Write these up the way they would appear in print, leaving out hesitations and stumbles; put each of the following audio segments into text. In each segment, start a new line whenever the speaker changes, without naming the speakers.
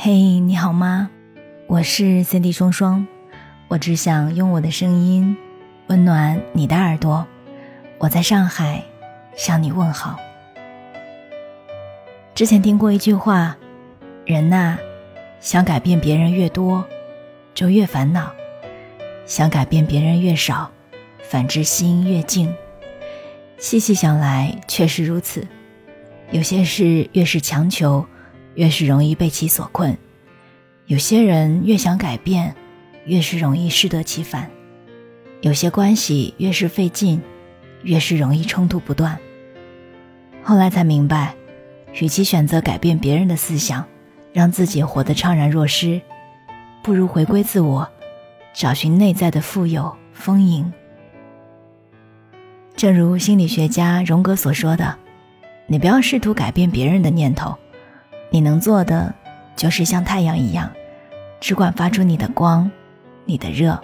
嘿，你好吗？我是 Cindy 双双，我只想用我的声音温暖你的耳朵。我在上海向你问好。之前听过一句话，人呐，想改变别人越多，就越烦恼；想改变别人越少，反之心越静。细细想来，确实如此。有些事越是强求，越是容易被其所困；有些人越想改变，越是容易适得其反；有些关系越是费劲，越是容易冲突不断。后来才明白，与其选择改变别人的思想，让自己活得怅然若失，不如回归自我，找寻内在的富有丰盈。正如心理学家荣格所说的，你不要试图改变别人的念头，你能做的就是像太阳一样，只管发出你的光，你的热。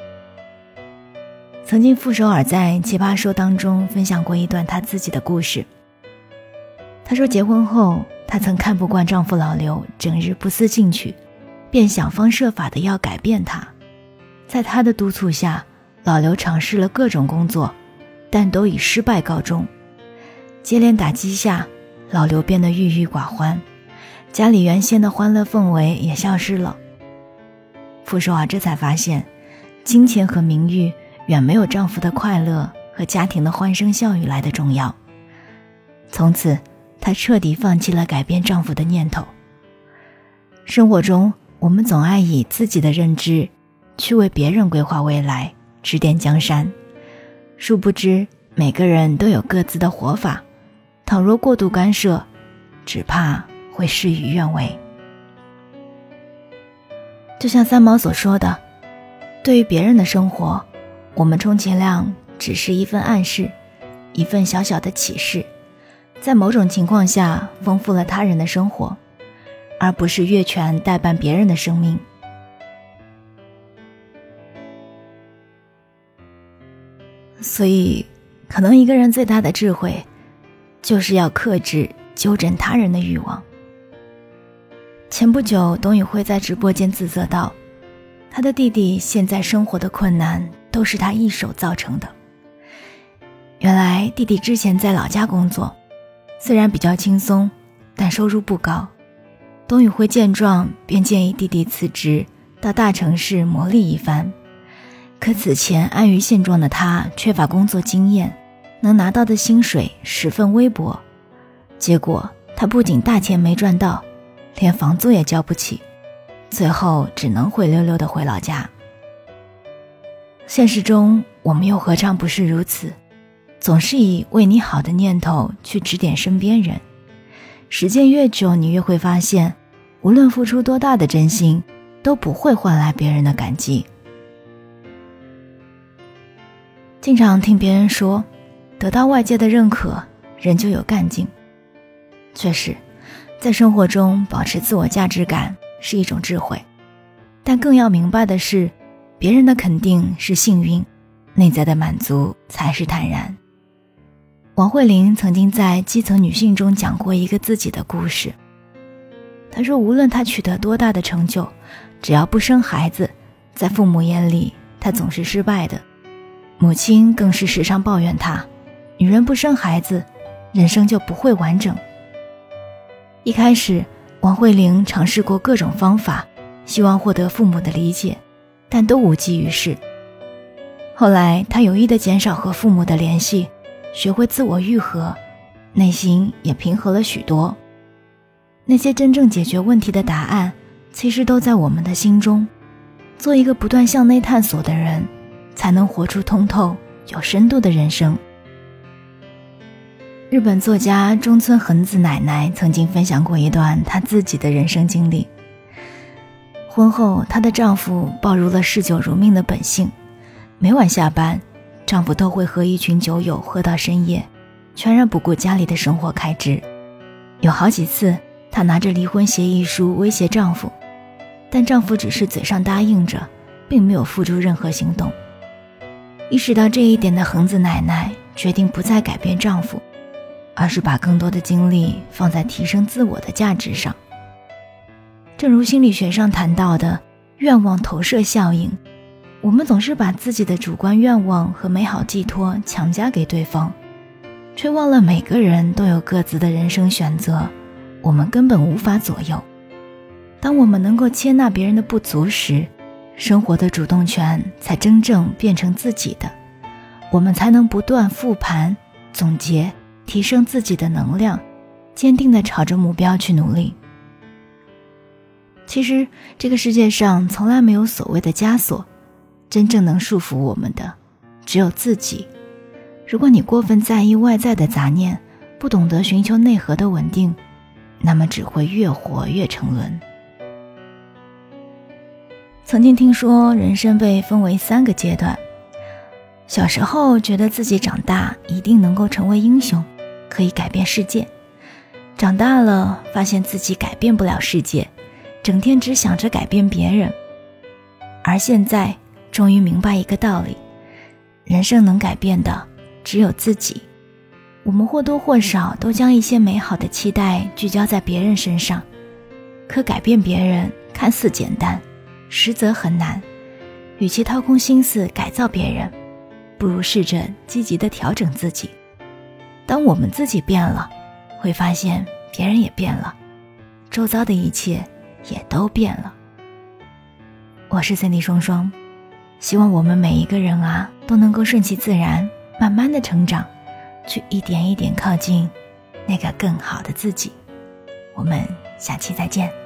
曾经傅首尔在奇葩说当中分享过一段他自己的故事。他说结婚后，他曾看不惯丈夫老刘整日不思进取，便想方设法地要改变他。在他的督促下，老刘尝试了各种工作，但都以失败告终。接连打击下，老刘变得郁郁寡欢，家里原先的欢乐氛围也消失了。傅首尔这才发现，金钱和名誉远没有丈夫的快乐和家庭的欢声笑语来的重要。从此她彻底放弃了改变丈夫的念头。生活中，我们总爱以自己的认知去为别人规划未来，指点江山，殊不知每个人都有各自的活法，倘若过度干涉，只怕会事与愿违。就像三毛所说的，对于别人的生活，我们充其量只是一份暗示，一份小小的启示，在某种情况下丰富了他人的生活，而不是越权代办别人的生命。所以可能一个人最大的智慧，就是要克制纠正他人的欲望。前不久，董宇辉在直播间自责道，他的弟弟现在生活的困难都是他一手造成的。原来弟弟之前在老家工作，虽然比较轻松，但收入不高。董宇辉见状，便建议弟弟辞职，到大城市磨砺一番。可此前安于现状的他缺乏工作经验，能拿到的薪水十分微薄，结果他不仅大钱没赚到，连房租也交不起，最后只能灰溜溜地回老家。现实中我们又何尝不是如此，总是以为你好的念头去指点身边人，时间越久，你越会发现，无论付出多大的真心，都不会换来别人的感激。经常听别人说，得到外界的认可，人就有干劲。确实，在生活中保持自我价值感是一种智慧，但更要明白的是，别人的肯定是幸运，内在的满足才是坦然。王慧玲曾经在基层女性中讲过一个自己的故事。她说，无论她取得多大的成就，只要不生孩子，在父母眼里，她总是失败的。母亲更是时常抱怨她，女人不生孩子，人生就不会完整。一开始，王慧玲尝试过各种方法，希望获得父母的理解，但都无济于事。后来，她有意地减少和父母的联系，学会自我愈合，内心也平和了许多。那些真正解决问题的答案，其实都在我们的心中。做一个不断向内探索的人，才能活出通透有深度的人生。日本作家中村恒子奶奶曾经分享过一段她自己的人生经历。婚后，她的丈夫暴露了嗜酒如命的本性，每晚下班，丈夫都会和一群酒友喝到深夜，全然不顾家里的生活开支。有好几次，她拿着离婚协议书威胁丈夫，但丈夫只是嘴上答应着，并没有付诸任何行动。意识到这一点的恒子奶奶决定不再改变丈夫，而是把更多的精力放在提升自我的价值上。 正如心理学上谈到的愿望投射效应，我们总是把自己的主观愿望和美好寄托强加给对方，却忘了每个人都有各自的人生选择，我们根本无法左右。当我们能够接纳别人的不足时，生活的主动权才真正变成自己的，我们才能不断复盘、总结、提升自己的能量，坚定地朝着目标去努力。其实这个世界上从来没有所谓的枷锁，真正能束缚我们的只有自己。如果你过分在意外在的杂念，不懂得寻求内核的稳定，那么只会越活越沉沦。曾经听说人生被分为3个阶段，小时候觉得自己长大一定能够成为英雄，可以改变世界，长大了发现自己改变不了世界，整天只想着改变别人。而现在终于明白一个道理，人生能改变的只有自己。我们或多或少都将一些美好的期待聚焦在别人身上，可改变别人看似简单，实则很难。与其掏空心思改造别人，不如试着积极地调整自己。当我们自己变了，会发现别人也变了，周遭的一切也都变了。我是Cindy双双，希望我们每一个人都能够顺其自然，慢慢的成长，去一点一点靠近那个更好的自己。我们下期再见。